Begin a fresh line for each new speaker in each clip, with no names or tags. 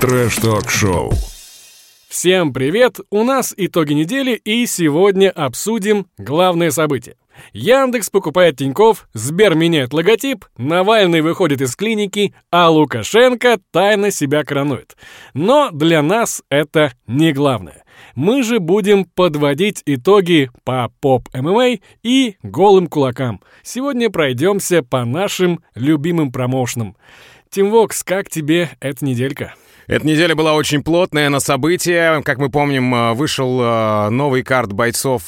Трэш-ток-шоу.
Всем привет! У нас итоги недели, и сегодня обсудим главные события. Яндекс покупает Тинькофф, Сбер меняет логотип, Навальный выходит из клиники, а Лукашенко тайно себя коронует. Но для нас это не главное. Мы же будем подводить итоги по поп-ММА и голым кулакам. Сегодня пройдемся по нашим любимым промоушенам. Тимвокс, как тебе эта неделька?
Эта неделя была очень плотная на события. Как мы помним, вышел новый карт бойцов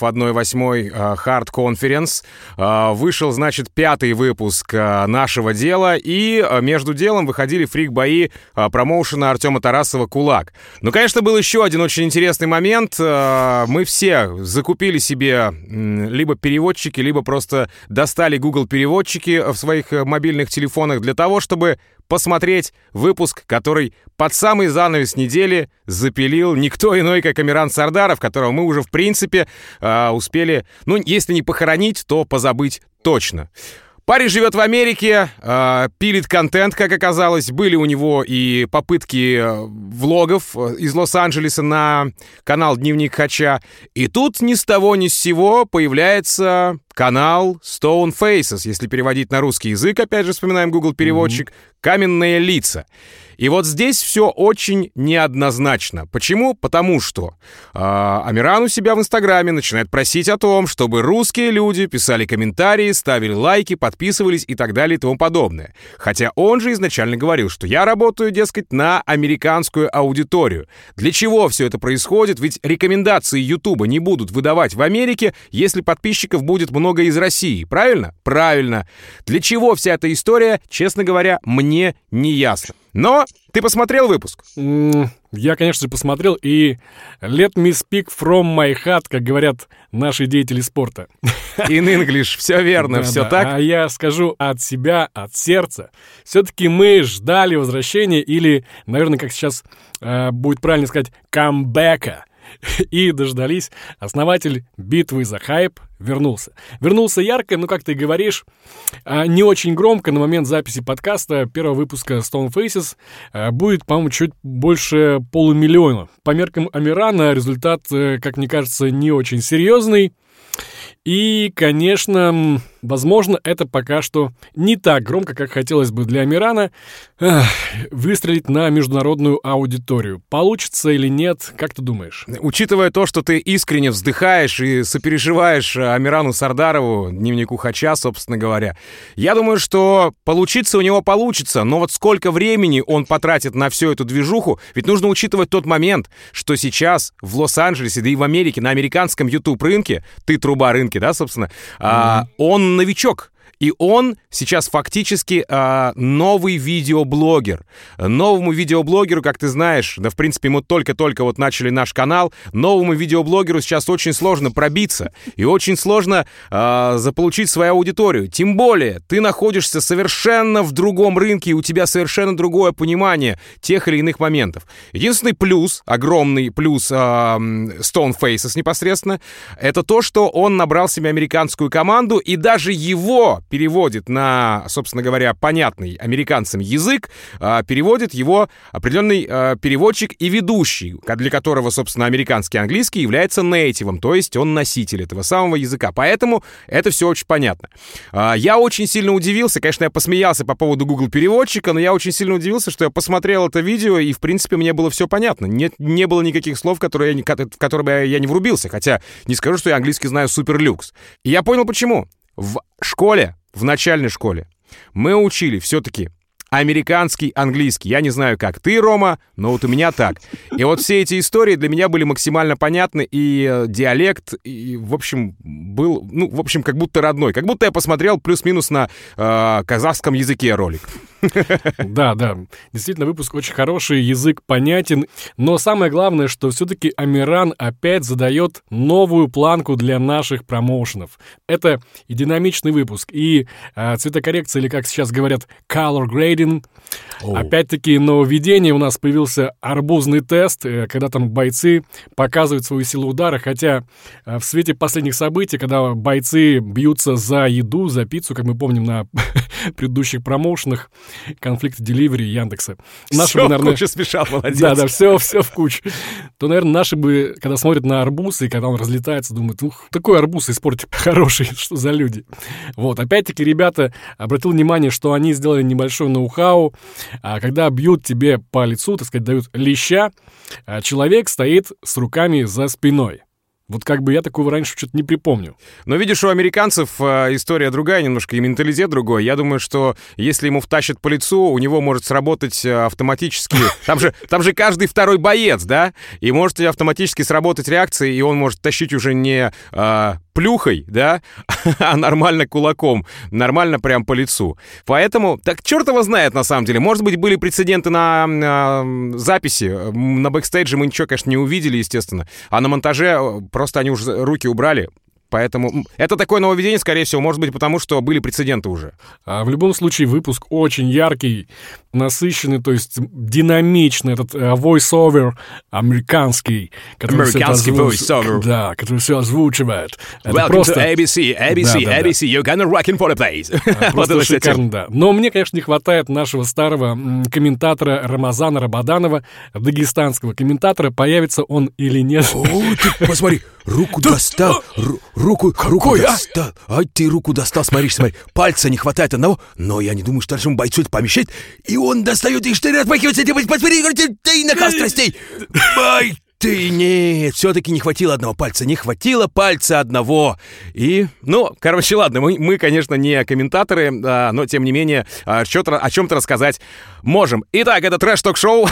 1/8 Hard Conference. Вышел, значит, 5-й выпуск нашего дела. И между делом выходили фрик-бои промоушена Артема Тарасова «Кулак». Ну, конечно, был еще один очень интересный момент. Мы все закупили себе либо переводчики, либо просто достали Google переводчики в своих мобильных телефонах для того, чтобы посмотреть выпуск, который под самый занавес недели запилил никто иной, как Амиран Сардаров, которого мы уже, в принципе, успели, ну, если не похоронить, то позабыть точно. Парень живет в Америке, пилит контент, как оказалось. Были у него и попытки влогов из Лос-Анджелеса на канал «Дневник Хача». И тут ни с того ни с сего появляется канал Stone Faces, если переводить на русский язык, опять же вспоминаем Google переводчик, «Каменные лица». И вот здесь все очень неоднозначно. Почему? Потому что Амиран у себя в Инстаграме начинает просить о том, чтобы русские люди писали комментарии, ставили лайки, подписывались и так далее и тому подобное. Хотя он же изначально говорил, что я работаю, дескать, на американскую аудиторию. Для чего все это происходит? Ведь рекомендации Ютуба не будут выдавать в Америке, если подписчиков будет много из России. Правильно? Правильно. Для чего вся эта история, честно говоря, мне не ясно. Но ты посмотрел выпуск?
Я, конечно же, посмотрел, и let me speak from my heart, как говорят наши деятели спорта.
In English, все верно,
да,
все
да.
так.
А я скажу от себя, от сердца. Все-таки мы ждали возвращения, или, наверное, как сейчас будет правильно сказать, камбэка. И дождались. Основатель битвы за хайп вернулся. Вернулся ярко, но, как ты говоришь, не очень громко. На момент записи подкаста первого выпуска Stone Faces будет, по-моему, чуть больше 500 000. По меркам Амирана результат, как мне кажется, не очень серьезный. И, конечно, возможно, это пока что не так громко, как хотелось бы для Амирана выстрелить на международную аудиторию. Получится или нет, как ты думаешь?
Учитывая то, что ты искренне вздыхаешь и сопереживаешь Амирану Сардарову, дневнику Хача, собственно говоря, я думаю, что получится у него получится, но вот сколько времени он потратит на всю эту движуху, ведь нужно учитывать тот момент, что сейчас в Лос-Анджелесе, да и в Америке, на американском YouTube-рынке, ты труба рынка, да, собственно, он новичок. И он сейчас фактически новый видеоблогер. Новому видеоблогеру, как ты знаешь, да, в принципе, мы только-только вот начали наш канал, новому видеоблогеру сейчас очень сложно пробиться и очень сложно заполучить свою аудиторию. Тем более, ты находишься совершенно в другом рынке, и у тебя совершенно другое понимание тех или иных моментов. Единственный плюс, огромный плюс Stone Faces непосредственно, это то, что он набрал себе американскую команду, и даже его переводит на, собственно говоря, понятный американцам язык, переводит его определенный переводчик и ведущий, для которого, собственно, американский английский является нейтивом, то есть он носитель этого самого языка. Поэтому это все очень понятно. Я очень сильно удивился, конечно, я посмеялся по поводу Google переводчика, но я очень сильно удивился, что я посмотрел это видео, и, в принципе, мне было все понятно. Не было никаких слов, в которые я не врубился, хотя не скажу, что я английский знаю супер-люкс. И я понял, почему. В школе, в начальной школе, мы учили все-таки американский английский. Я не знаю, как ты, Рома, но вот у меня так. И вот все эти истории для меня были максимально понятны, и диалект, и, в общем, был, ну, в общем, как будто родной. Как будто я посмотрел плюс-минус на казахском языке ролик.
Да, действительно, выпуск очень хороший, язык понятен, но самое главное, что все-таки Амиран опять задает новую планку для наших промоушенов. Это и динамичный выпуск, и цветокоррекция, или, как сейчас говорят, color grading. Опять-таки нововведение, у нас появился арбузный тест, когда там бойцы показывают свою силу удара, хотя в свете последних событий, когда бойцы бьются за еду, за пиццу, как мы помним на предыдущих промоушенах, конфликт Delivery, Яндекса.
Все в кучу смешал, молодец.
Да, все в кучу. То, наверное, наши бы, когда смотрят на арбуз, и когда он разлетается, думают, такой арбуз испортить хороший, что за люди. Вот, опять-таки, ребята, обратил внимание, что они сделали небольшой ноу-хау. Когда бьют тебе по лицу, так сказать, дают леща, человек стоит с руками за спиной. Вот как бы я такого раньше что-то не припомню.
Но видишь, у американцев история другая немножко, и менталитет другой. Я думаю, что если ему втащат по лицу, у него может сработать автоматически... Там же каждый второй боец, да? И может автоматически сработать реакция, и он может тащить уже не плюхой, да, а нормально кулаком, нормально прям по лицу. Поэтому, так черт его знает на самом деле. Может быть, были прецеденты на записи. На бэкстейдже мы ничего, конечно, не увидели, естественно. А на монтаже просто они уже руки убрали. Поэтому это такое нововведение, скорее всего, может быть, потому что были прецеденты уже.
В любом случае, выпуск очень яркий, насыщенный, то есть динамичный. Этот voice-over американский.
Американский voice-over.
Да, который все озвучивает.
Welcome просто... to ABC, ABC, да, ABC, you're gonna rockin' for the place.
Просто шикарно, да. Но мне, конечно, не хватает нашего старого комментатора Рамазана Рабаданова, дагестанского комментатора. Появится он или нет?
О, ты посмотри, руку достал. Руку достал. Ай, ты руку достал, смотри. Пальца не хватает одного, но я не думаю, что нашему бойцу это помешает. И он достает и штырь отмахивается. Посмотри, ты накал страстей. Ай, ты, нет, все-таки не хватило одного пальца. Не хватило пальца одного. И,
короче, ладно, мы, конечно, не комментаторы, но, тем не менее, о чем-то рассказать можем. Итак, это трэш-ток-шоу.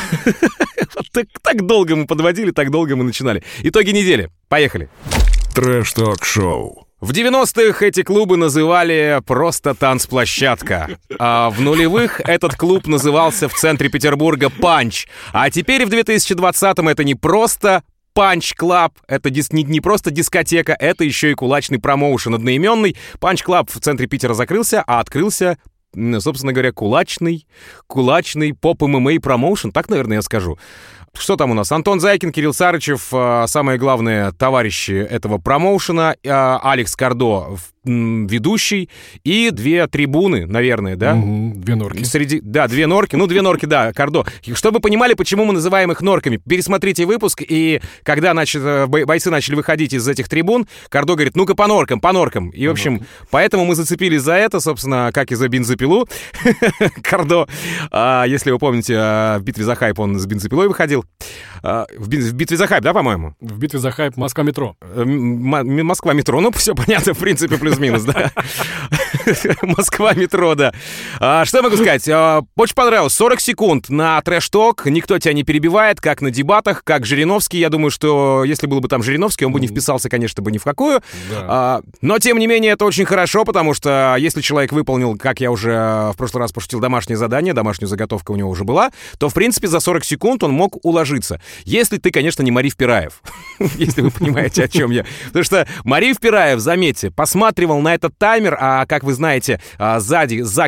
Так долго мы подводили, так долго мы начинали. Итоги недели. Поехали.
Трэш-ток-шоу.
В 90-х эти клубы называли просто танцплощадка. А в нулевых этот клуб назывался в центре Петербурга «Панч». А теперь в 2020-м это не просто «Панч-клаб», это не просто дискотека, это еще и кулачный промоушен одноименный. «Панч-клаб» в центре Питера закрылся, а открылся, собственно говоря, кулачный поп-ММА промоушен, так, наверное, я скажу. Что там у нас? Антон Зайкин, Кирилл Сарычев, самые главные товарищи этого промоушена, Алекс Кардо, ведущий, и 2 трибуны, наверное, да?
2 норки.
2 норки. 2 норки, да, Кардо. Чтобы вы понимали, почему мы называем их норками, пересмотрите выпуск, и когда бойцы начали выходить из этих трибун, Кардо говорит, ну-ка по норкам. И, в общем, поэтому мы зацепились за это, собственно, как и за бензопилу. Кардо, если вы помните, в битве за хайп он с бензопилой выходил. В битве за хайп, да, по-моему?
В битве за хайп Москва-метро.
Москва-метро, все понятно, в принципе, плюс-минус, да. Москва-метро, да. Что я могу сказать? Очень понравилось. 40 секунд на трэш-ток, никто тебя не перебивает, как на дебатах, как Жириновский. Я думаю, что если был бы там Жириновский, он бы не вписался, конечно, бы ни в какую. Да. Но, тем не менее, это очень хорошо, потому что если человек выполнил, как я уже в прошлый раз пошутил, домашнее задание, домашняя заготовка у него уже была, то, в принципе, за 40 секунд он мог уложиться. Если ты, конечно, не Мариф Пираев. Если вы понимаете, о чем я. Потому что Мариф Пираев, заметьте, посматривал на этот таймер, а, как вы знаете, сзади, за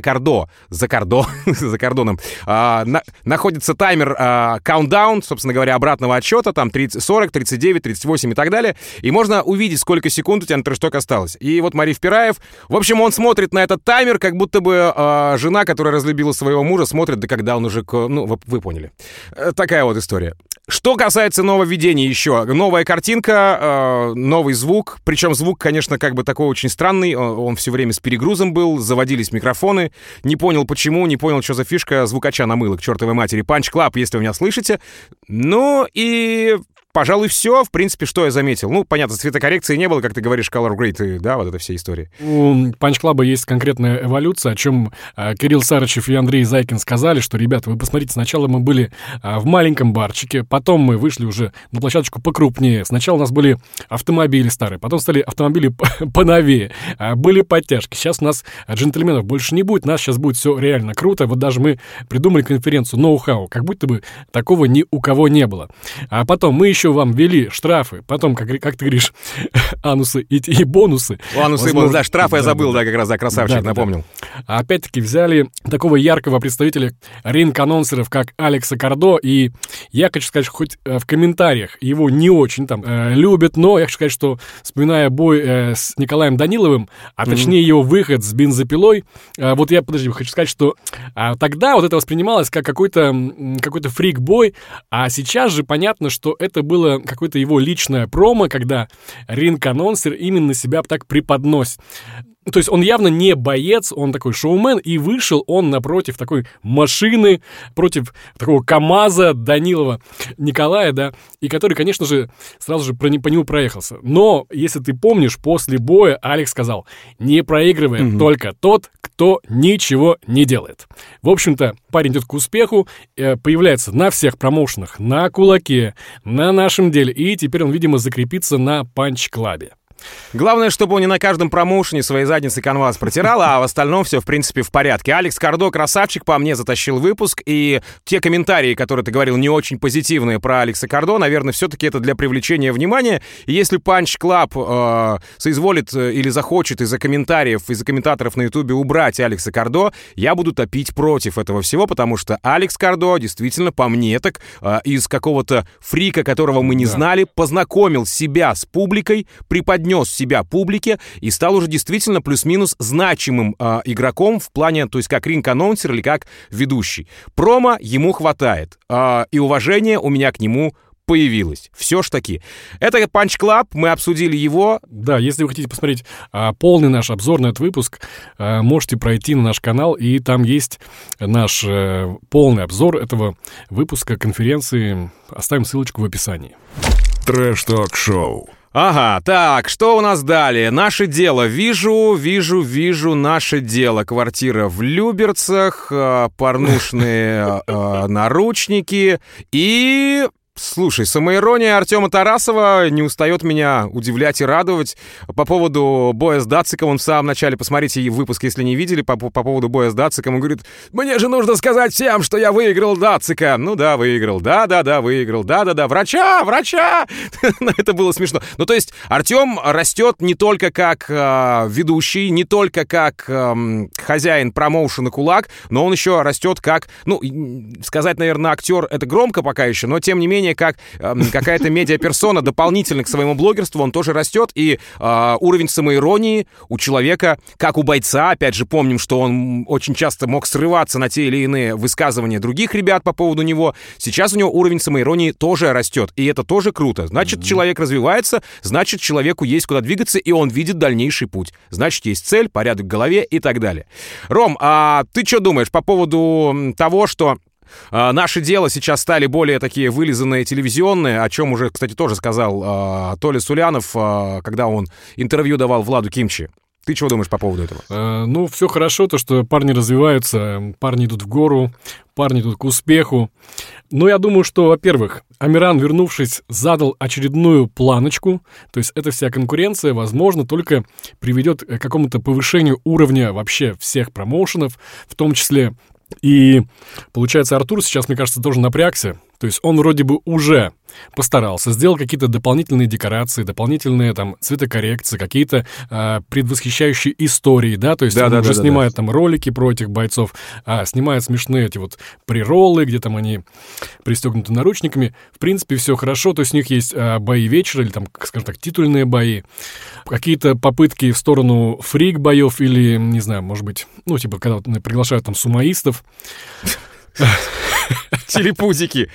кордоном, находится таймер каунтдаун, собственно говоря, обратного отсчета, там 40, 39, 38 и так далее. И можно увидеть, сколько секунд у тебя на трэш-ток осталось. И вот Мариф Пираев, в общем, он смотрит на этот таймер, как будто бы жена, которая разлюбила своего мужа, смотрит, да когда он уже... вы поняли. Такая вот история. Что касается нововведений еще. Новая картинка, новый звук. Причем звук, конечно, как бы такой очень странный. Он все время с перегрузом был, заводились микрофоны. Не понял почему, не понял, что за фишка. Звукача намыло к чертовой матери. Панч-клаб, если вы меня слышите. Ну и... Пожалуй, все. В принципе, что я заметил? Понятно, цветокоррекции не было, как ты говоришь, color grade, да, вот это вся история.
У Панч-клаба есть конкретная эволюция, о чем Кирилл Сарычев и Андрей Зайкин сказали, что, ребята, вы посмотрите, сначала мы были в маленьком барчике, потом мы вышли уже на площадочку покрупнее. Сначала у нас были автомобили старые, потом стали автомобили поновее, были подтяжки. Сейчас у нас джентльменов больше не будет, у нас сейчас будет все реально круто. Вот даже мы придумали конференцию ноу-хау, как будто бы такого ни у кого не было. А потом мы еще еще вам ввели штрафы, потом, как ты говоришь, анусы и бонусы.
Анусы и бонусы, да, штрафы я забыл, да, как раз, красавчик, напомнил.
А опять-таки взяли такого яркого представителя ринг-анонсеров, как Алекса Кардо, и я хочу сказать, что хоть в комментариях его не очень там любят, но я хочу сказать, что вспоминая бой с Николаем Даниловым, а точнее его выход с бензопилой, вот я, хочу сказать, что тогда вот это воспринималось как какой-то фрик-бой, а сейчас же понятно, что это было какое-то его личное промо, когда ринг-анонсер именно себя так преподносит. То есть он явно не боец, он такой шоумен, и вышел он напротив такой машины, против такого КамАЗа Данилова Николая, да, и который, конечно же, сразу же по нему проехался. Но, если ты помнишь, после боя Алекс сказал: не проигрывает только тот, кто ничего не делает. В общем-то, парень идет к успеху, появляется на всех промоушенах, на Кулаке, на Нашем деле, и теперь он, видимо, закрепится на Панч-клабе.
Главное, чтобы он не на каждом промоушене своей задницы канвас протирал, а в остальном все, в принципе, в порядке. Алекс Кардо, красавчик, по мне затащил выпуск, и те комментарии, которые ты говорил, не очень позитивные про Алекса Кардо, наверное, все-таки это для привлечения внимания. И если Punch Club соизволит или захочет из-за комментариев, из-за комментаторов на Ютубе убрать Алекса Кардо, я буду топить против этого всего, потому что Алекс Кардо действительно, по мне так, из какого-то фрика, которого мы не знали, познакомил себя с публикой, преподнес себя публике и стал уже действительно плюс-минус значимым игроком в плане, то есть как ринг-анонсер или как ведущий. Промо ему хватает, и уважение у меня к нему появилось. Все ж таки. Это Punch Club, мы обсудили его.
Да, если вы хотите посмотреть полный наш обзор на этот выпуск, можете пройти на наш канал, и там есть наш полный обзор этого выпуска конференции. Оставим ссылочку в описании.
Трэш-ток-шоу.
Ага, так, что у нас далее? Наше дело. Вижу наше дело. Квартира в Люберцах, порнушные наручники и... Слушай, самоирония Артема Тарасова не устает меня удивлять и радовать. По поводу боя с Дациком, он в самом начале, посмотрите выпуск, если не видели, по поводу боя с Дациком, он говорит: мне же нужно сказать всем, что я выиграл Дацика. Ну да, выиграл, да-да-да, выиграл, да-да-да, врача! Это было смешно. Ну то есть Артем растет не только как ведущий, не только как хозяин промоушена «Кулак», но он еще растет как, ну, сказать, наверное, актер, это громко пока еще, но тем не менее, как какая-то медиаперсона дополнительно к своему блогерству, он тоже растет, и уровень самоиронии у человека, как у бойца, опять же, помним, что он очень часто мог срываться на те или иные высказывания других ребят по поводу него, сейчас у него уровень самоиронии тоже растет, и это тоже круто. Значит, человек развивается, значит, человеку есть куда двигаться, и он видит дальнейший путь. Значит, есть цель, порядок в голове и так далее. Ром, а ты что думаешь по поводу того, что наше дело сейчас стали более такие вылизанные телевизионные, о чем уже, кстати, тоже сказал Толя Сулянов, когда он интервью давал Владу Кимчи. Ты чего думаешь по поводу этого?
Ну, все хорошо, то, что парни развиваются, парни идут в гору, парни идут к успеху. Но я думаю, что, во-первых, Амиран, вернувшись, задал очередную планочку. То есть эта вся конкуренция, возможно, только приведет к какому-то повышению уровня вообще всех промоушенов, в том числе. И, получается, Артур сейчас, мне кажется, тоже напрягся. То есть он вроде бы уже постарался, сделал какие-то дополнительные декорации, дополнительные там цветокоррекции, какие-то предвосхищающие истории, да, то есть он уже снимает там ролики про этих бойцов, снимает смешные эти вот прироллы, где там они пристегнуты наручниками. В принципе, все хорошо, то есть у них есть бои вечера или там, скажем так, титульные бои, какие-то попытки в сторону фрик-боев или, не знаю, может быть, ну, типа, когда вот приглашают там сумоистов.
Телепузики.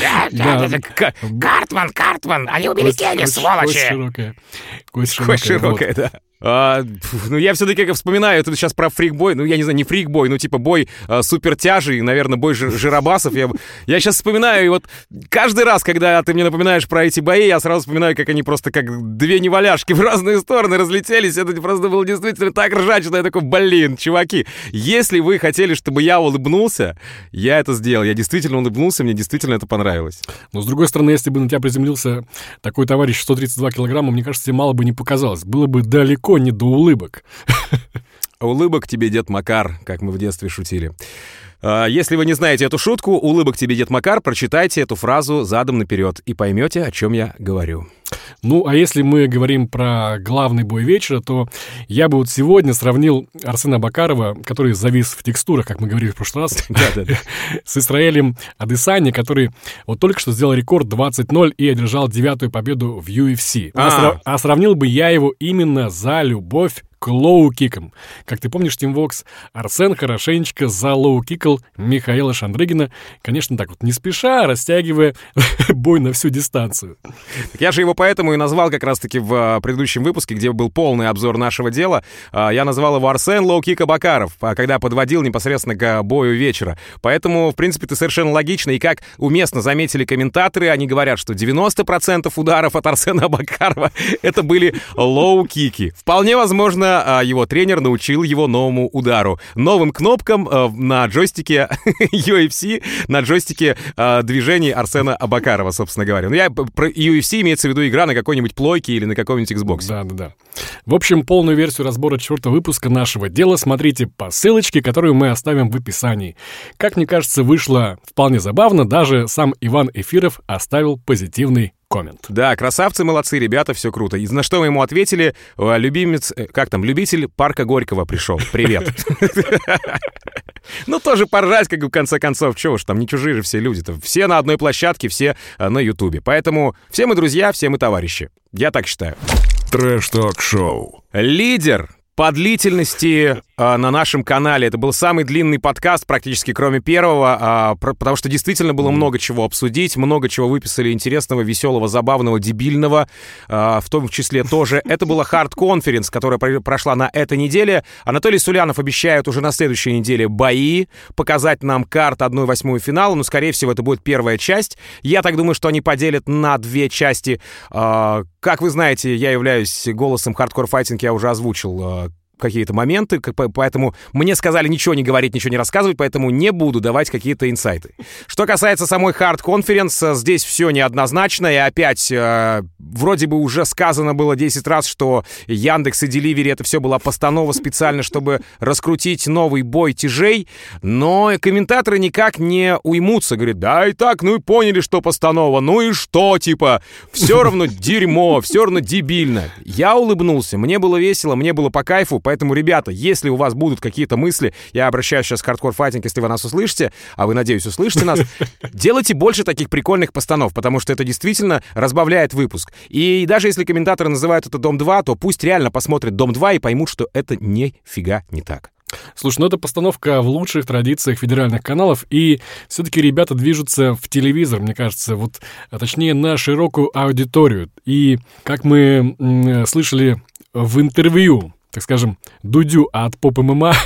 Картман, они улетели, сволочи.
Кость
широкая, да. Ну, я все-таки вспоминаю, это сейчас про фрик-бой, ну, я не знаю, не фрик-бой, ну, типа бой супертяжей, наверное, бой жиробасов. Я сейчас вспоминаю, и вот каждый раз, когда ты мне напоминаешь про эти бои, я сразу вспоминаю, как они просто как две неваляшки в разные стороны разлетелись. Это просто было действительно так ржать, что я такой: блин, чуваки, если вы хотели, чтобы я улыбнулся, я это сделал. Я действительно улыбнулся, мне действительно это понравилось.
Но, с другой стороны, если бы на тебя приземлился такой товарищ 132 килограмма, мне кажется, тебе мало бы не показалось. Было бы далеко не до улыбок.
Улыбок тебе, дед Макар, как мы в детстве шутили. Если вы не знаете эту шутку, улыбок тебе, Дед Макар, прочитайте эту фразу задом наперед и поймете, о чем я говорю.
Ну, а если мы говорим про главный бой вечера, то я бы вот сегодня сравнил Арсена Абакарова, который завис в текстурах, как мы говорили в прошлый раз, с Исраэлем Адесаньи, который вот только что сделал рекорд 20-0 и одержал 9-ю победу в UFC. А сравнил бы я его именно за любовь к лоу-кикам. Как ты помнишь, Тим Вокс, Арсен хорошенечко залоу-кикал Михаила Шандрыгина, конечно, так вот не спеша, растягивая бой на всю дистанцию.
Я же его поэтому и назвал как раз-таки в предыдущем выпуске, где был полный обзор нашего дела. Я назвал его Арсен Лоу-кик Абакаров, когда подводил непосредственно к бою вечера. Поэтому, в принципе, это совершенно логично. И как уместно заметили комментаторы, они говорят, что 90% ударов от Арсена Абакарова это были лоу-кики. Вполне возможно, его тренер научил его новому удару. Новым кнопкам на джойстике UFC, на джойстике движений Арсена Абакарова, собственно говоря. Ну, я про UFC имеется в виду игра на какой-нибудь плойке или на каком-нибудь Xbox.
Да. В общем, полную версию разбора 4-го выпуска нашего дела смотрите по ссылочке, которую мы оставим в описании. Как мне кажется, вышло вполне забавно. Даже сам Иван Эфиров оставил позитивный коммент.
Да, красавцы, молодцы, ребята, все круто. И на что мы ему ответили, любитель парка Горького пришел. Привет. Ну, тоже поржать, как бы, в конце концов. Чего уж там, не чужие же все люди-то. Все на одной площадке, все на Ютубе. Поэтому все мы друзья, все мы товарищи. Я так считаю.
Трэш-ток-шоу.
Лидер по длительности на нашем канале. Это был самый длинный подкаст, практически кроме первого, потому что действительно было много чего обсудить, много чего выписали интересного, веселого, забавного, дебильного, в том числе тоже. Это была Hard Conference, которая прошла на этой неделе. Анатолий Сулянов обещает уже на следующей неделе бои, показать нам карт 1/8 финала, но, скорее всего, это будет первая часть. Я так думаю, что они поделят на 2 части. Как вы знаете, я являюсь голосом Hardcore Fighting, я уже озвучил какие-то моменты, поэтому мне сказали ничего не говорить, ничего не рассказывать, поэтому не буду давать какие-то инсайты. Что касается самой Hard Conference, здесь все неоднозначно, и опять вроде бы уже сказано было 10 раз, что Яндекс и Деливери это все была постанова специально, чтобы раскрутить новый бой тяжей, но комментаторы никак не уймутся, говорят, да и так, ну и поняли, что постанова, ну и что, типа, все равно дерьмо, все равно дебильно. Я улыбнулся, мне было весело, мне было по кайфу. Поэтому, ребята, если у вас будут какие-то мысли, я обращаюсь сейчас к Hardcore Fighting, если вы нас услышите, а вы, надеюсь, услышите нас, делайте больше таких прикольных постанов, потому что это действительно разбавляет выпуск. И даже если комментаторы называют это Дом-2, то пусть реально посмотрят Дом-2 и поймут, что это нифига не так.
Слушай, ну это постановка в лучших традициях федеральных каналов, и все-таки ребята движутся в телевизор, мне кажется, вот, а точнее на широкую аудиторию. И как мы слышали в интервью, так скажем, Дудю от Поп ММА,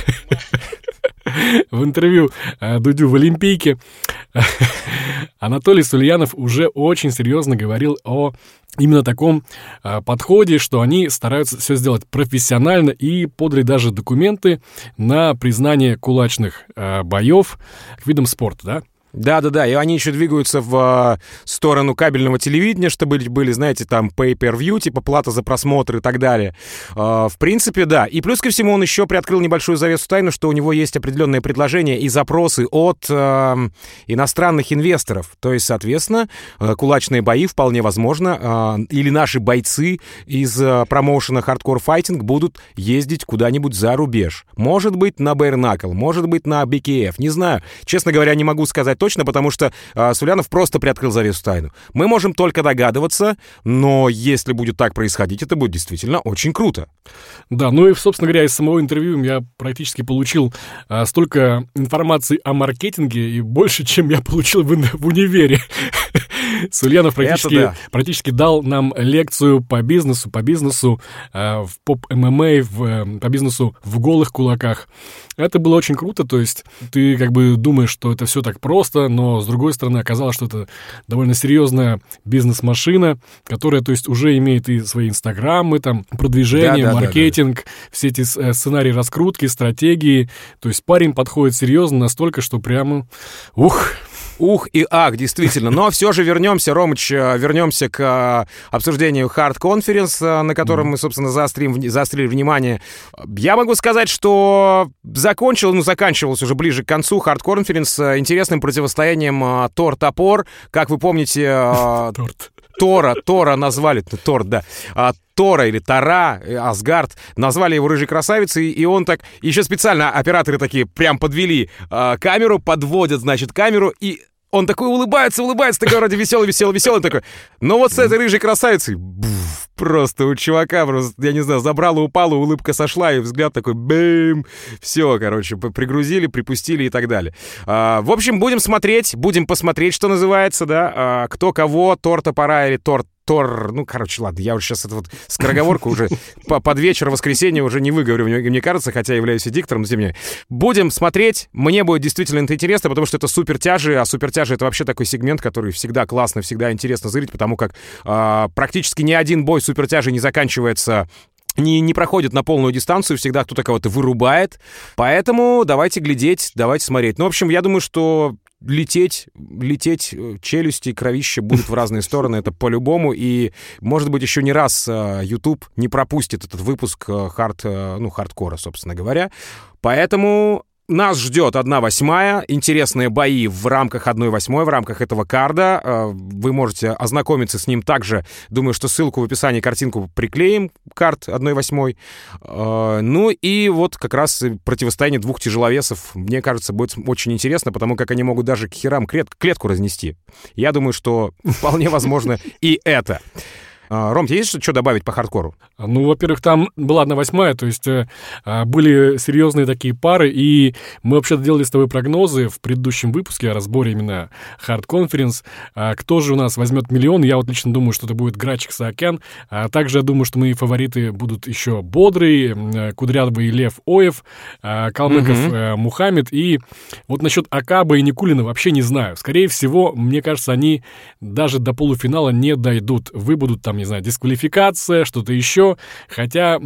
в интервью Дудю в Олимпийке, Анатолий Сулянов уже очень серьезно говорил о именно таком подходе, что они стараются все сделать профессионально и подали даже документы на признание кулачных боев видом спорта, да?
Да, и они еще двигаются в сторону кабельного телевидения, чтобы были, знаете, там pay-per-view, типа плата за просмотр и так далее. В принципе, да. И плюс ко всему он еще приоткрыл небольшую завесу тайны, что у него есть определенные предложения и запросы от иностранных инвесторов. То есть, соответственно, кулачные бои вполне возможно, или наши бойцы из промоушена Hardcore Fighting будут ездить куда-нибудь за рубеж. Может быть, на Bare Knuckle, может быть, на BKF, не знаю. Честно говоря, не могу сказать точно, потому что Сулянов просто приоткрыл завесу тайну. Мы можем только догадываться, но если будет так происходить, это будет действительно очень круто.
Да, ну и, собственно говоря, из самого интервью я практически получил столько информации о маркетинге и больше, чем я получил в универе. Сулянов практически дал нам лекцию по бизнесу в поп-ММА, по бизнесу в голых кулаках. Это было очень круто, то есть ты как бы думаешь, что это все так просто, но с другой стороны оказалось, что это довольно серьезная бизнес-машина, которая, то есть, уже имеет и свои инстаграмы, там, продвижение, маркетинг, все эти сценарии раскрутки, стратегии. То есть парень подходит серьезно настолько, что прямо,
Ух и ах, действительно. Но все же вернемся, Ромыч, вернемся к обсуждению Hard Conference, на котором мы, собственно, заострили внимание. Я могу сказать, что заканчивалось уже ближе к концу Hard Conference интересным противостоянием Тор-Топор. Как вы помните... Тора назвали, Тор, да. Тора или Тора, Асгард, назвали его рыжей красавицей, и он так... Еще специально операторы такие прям подвели камеру, подводят, значит, камеру, и он такой улыбается, такой вроде веселый, такой. Но вот с этой рыжей красавицей... Просто у чувака, я не знаю, забрала, упала, улыбка сошла, и взгляд такой бэм. Все, короче, пригрузили, припустили и так далее. В общем, будем посмотреть, что называется, да, кто кого, Тор-Топора или Тор, ну, короче, ладно, я уже сейчас это вот скороговорку уже под вечер воскресенья уже не выговорю, мне кажется, хотя являюсь и диктором, но тем не менее. Будем смотреть, мне будет действительно это интересно, потому что это супертяжи, а супертяжи — это вообще такой сегмент, который всегда классно, всегда интересно зрить, потому как практически ни один бой супертяжи не заканчивается... Не проходит на полную дистанцию, всегда кто-то кого-то вырубает. Поэтому давайте глядеть, давайте смотреть. Ну, в общем, я думаю, что лететь, челюсти, кровища будут в разные стороны, это по-любому. И, может быть, еще не раз YouTube не пропустит этот выпуск хардкора, собственно говоря. Поэтому... Нас ждет 1/8, интересные бои в рамках 1/8, в рамках этого карда. Вы можете ознакомиться с ним также. Думаю, что ссылку в описании, картинку приклеим, кард 1/8. Ну и вот как раз противостояние двух тяжеловесов, мне кажется, будет очень интересно, потому как они могут даже к херам клетку разнести. Я думаю, что вполне возможно и это. Ром, тебе есть что добавить по хардкору?
Ну, во-первых, там была 1/8, то есть были серьезные такие пары, и мы вообще делали с тобой прогнозы в предыдущем выпуске о разборе именно Hard Conference. Кто же у нас возьмет миллион? Я вот лично думаю, что это будет Грачик Саакян. Также я думаю, что мои фавориты будут еще Бодрый, Кудрявый Лев Оев, Калмыков Мухаммед. И вот насчет Акаба и Никулина вообще не знаю. Скорее всего, мне кажется, они даже до полуфинала не дойдут. Выбудут там, не знаю, дисквалификация, что-то еще. Хотя,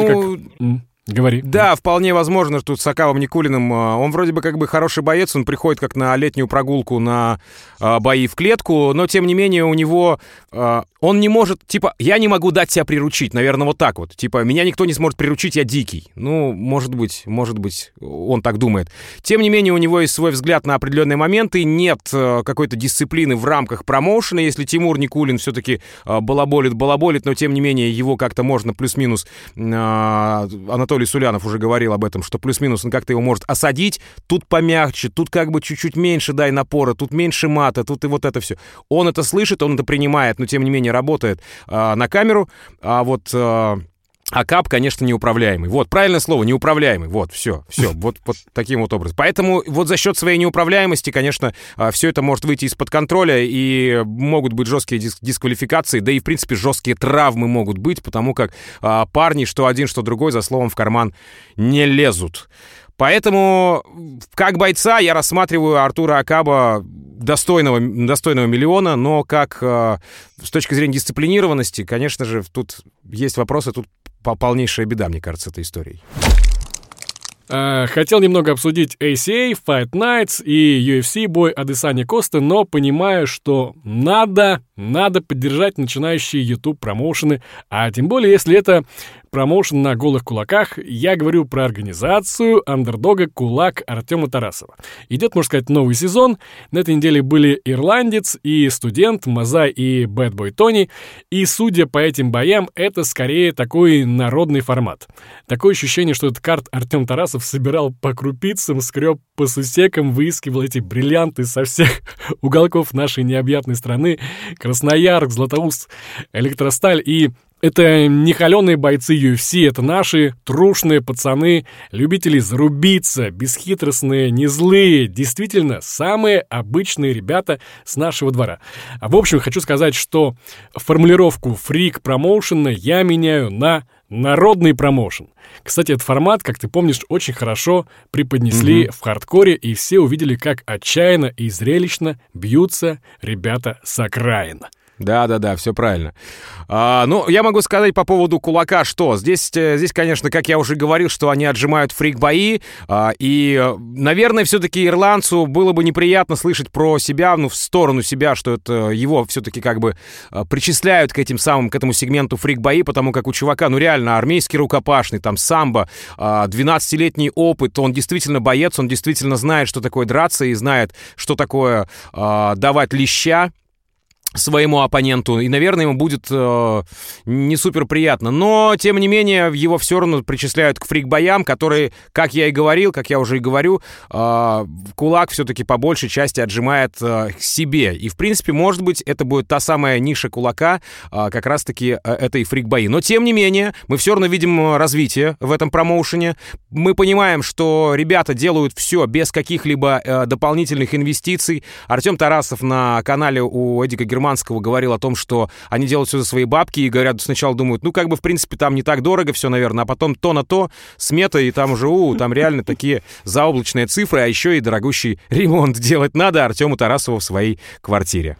говори.
Да, вполне возможно, что с Акавом Никулиным он вроде бы как бы хороший боец, он приходит как на летнюю прогулку на бои в клетку, но тем не менее у него... Он не может, типа, я не могу дать себя приручить, наверное, вот так вот. Типа, меня никто не сможет приручить, я дикий. Ну, может быть, он так думает. Тем не менее, у него есть свой взгляд на определенные моменты, нет какой-то дисциплины в рамках промоушена. Если Тимур Никулин все-таки балаболит, но тем не менее его как-то можно плюс-минус... Анатолий Сулянов уже говорил об этом, что плюс-минус он как-то его может осадить. Тут помягче, тут как бы чуть-чуть меньше дай напора, тут меньше мата, тут и вот это все. Он это слышит, он это принимает, но тем не менее работает на камеру, а вот Акап, конечно, неуправляемый. Вот, правильное слово, неуправляемый. Вот, все, вот таким вот образом. Поэтому вот за счет своей неуправляемости, конечно, все это может выйти из-под контроля, и могут быть жесткие дисквалификации, да и, в принципе, жесткие травмы могут быть, потому как парни, что один, что другой, за словом в карман не лезут. Поэтому, как бойца, я рассматриваю Артура Акаба достойного миллиона, но как с точки зрения дисциплинированности, конечно же, тут есть вопросы, тут полнейшая беда, мне кажется, этой историей.
Хотел немного обсудить ACA, Fight Nights и UFC бой Адесanya Коста, но понимаю, что надо поддержать начинающие YouTube-промоушены, а тем более, если это промоушен на голых кулаках. Я говорю про организацию андердога «Кулак» Артема Тарасова. Идет, можно сказать, новый сезон. На этой неделе были ирландец и студент, Мазай и Бэтбой Тони. И, судя по этим боям, это скорее такой народный формат. Такое ощущение, что этот карт Артем Тарасов собирал по крупицам, скреб по сусекам, выискивал эти бриллианты со всех уголков нашей необъятной страны. Красноярск, Златоуст, Электросталь и... Это не холеные бойцы UFC, это наши трушные пацаны, любители зарубиться, бесхитростные, не злые, действительно, самые обычные ребята с нашего двора. В общем, хочу сказать, что формулировку «фрик промоушена» я меняю на «народный промоушен». Кстати, этот формат, как ты помнишь, очень хорошо преподнесли в хардкоре, и все увидели, как отчаянно и зрелищно бьются ребята с окраин.
Да, все правильно. Ну, я могу сказать по поводу Кулака, что здесь, конечно, как я уже говорил, что они отжимают фрик-бои, и, наверное, все-таки ирландцу было бы неприятно слышать про себя, в сторону себя, что это его все-таки как бы причисляют к этому сегменту фрик-бои, потому как у чувака, реально, армейский рукопашный, там, самбо, 12-летний опыт, он действительно боец, он действительно знает, что такое драться и знает, что такое давать леща своему оппоненту, и, наверное, ему будет не супер приятно. Но, тем не менее, его все равно причисляют к фрик-боям, которые, как я уже и говорю, Кулак все-таки по большей части отжимает к себе. И, в принципе, может быть, это будет та самая ниша Кулака, как раз-таки это и фрик-бои. Но, тем не менее, мы все равно видим развитие в этом промоушене. Мы понимаем, что ребята делают все без каких-либо дополнительных инвестиций. Артем Тарасов на канале у Эдика Германского говорил о том, что они делают все за свои бабки, и говорят, сначала думают, в принципе, там не так дорого все, наверное, а потом то на то, смета, и там уже, там реально такие заоблачные цифры, а еще и дорогущий ремонт делать надо Артему Тарасову в своей квартире.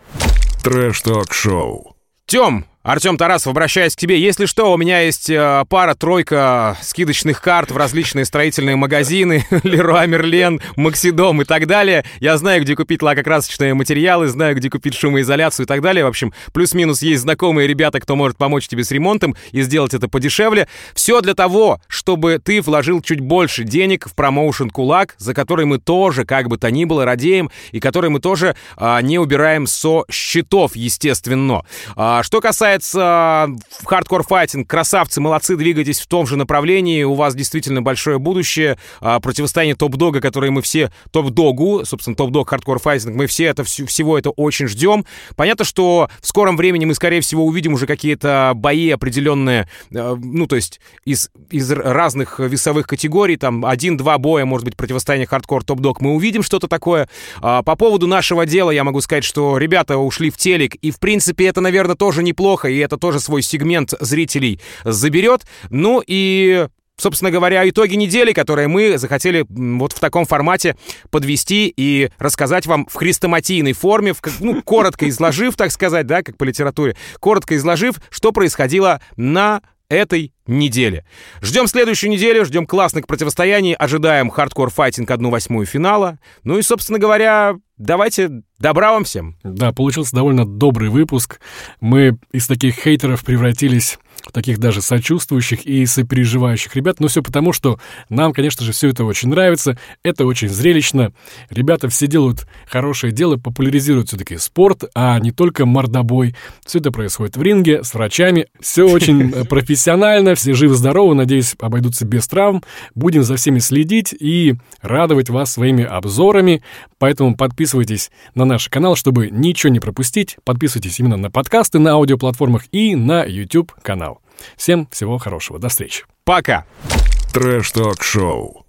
Трэш-ток-шоу.
Тём, Артем Тарасов, обращаясь к тебе. Если что, у меня есть пара-тройка скидочных карт в различные строительные магазины, Леруа Мерлен, Максидом и так далее. Я знаю, где купить лакокрасочные материалы, знаю, где купить шумоизоляцию и так далее. В общем, плюс-минус есть знакомые ребята, кто может помочь тебе с ремонтом и сделать это подешевле. Все для того, чтобы ты вложил чуть больше денег в промоушен «Кулак», за который мы тоже, как бы то ни было, радеем, и который мы тоже не убираем со счетов, естественно. Что касается хардкор-файтинг, красавцы, молодцы, двигайтесь в том же направлении, у вас действительно большое будущее. Противостояние топ-дога, которое мы все, топ-догу, собственно, топ-дог, хардкор-файтинг, мы все всего это очень ждем. Понятно, что в скором времени мы, скорее всего, увидим уже какие-то бои определенные, то есть из разных весовых категорий, там 1-2 боя, может быть, противостояние хардкор, топ-дог, мы увидим что-то такое. По поводу нашего дела я могу сказать, что ребята ушли в телек, и, в принципе, это, наверное, тоже неплохо, и это тоже свой сегмент зрителей заберет. Ну и, собственно говоря, итоги недели, которые мы захотели вот в таком формате подвести и рассказать вам в хрестоматийной форме, коротко изложив, так сказать, да, как по литературе, коротко изложив, что происходило на этой неделе. Ждем следующую неделю, ждем классных противостояний, ожидаем хардкор-файтинг 1/8 финала. Ну и, собственно говоря, давайте добра вам всем.
Да, получился довольно добрый выпуск. Мы из таких хейтеров превратились в таких даже сочувствующих и сопереживающих ребят. Но все потому, что нам, конечно же, все это очень нравится. Это очень зрелищно. Ребята все делают хорошее дело, популяризируют все-таки спорт, а не только мордобой. Все это происходит в ринге, с врачами. Все очень профессионально, все живы-здоровы. Надеюсь, обойдутся без травм. Будем за всеми следить и радовать вас своими обзорами. Поэтому подписывайтесь на наш канал, чтобы ничего не пропустить. Подписывайтесь именно на подкасты, на аудиоплатформах и на YouTube-канал. Всем всего хорошего. До встречи.
Пока.
Трэш-ток-шоу.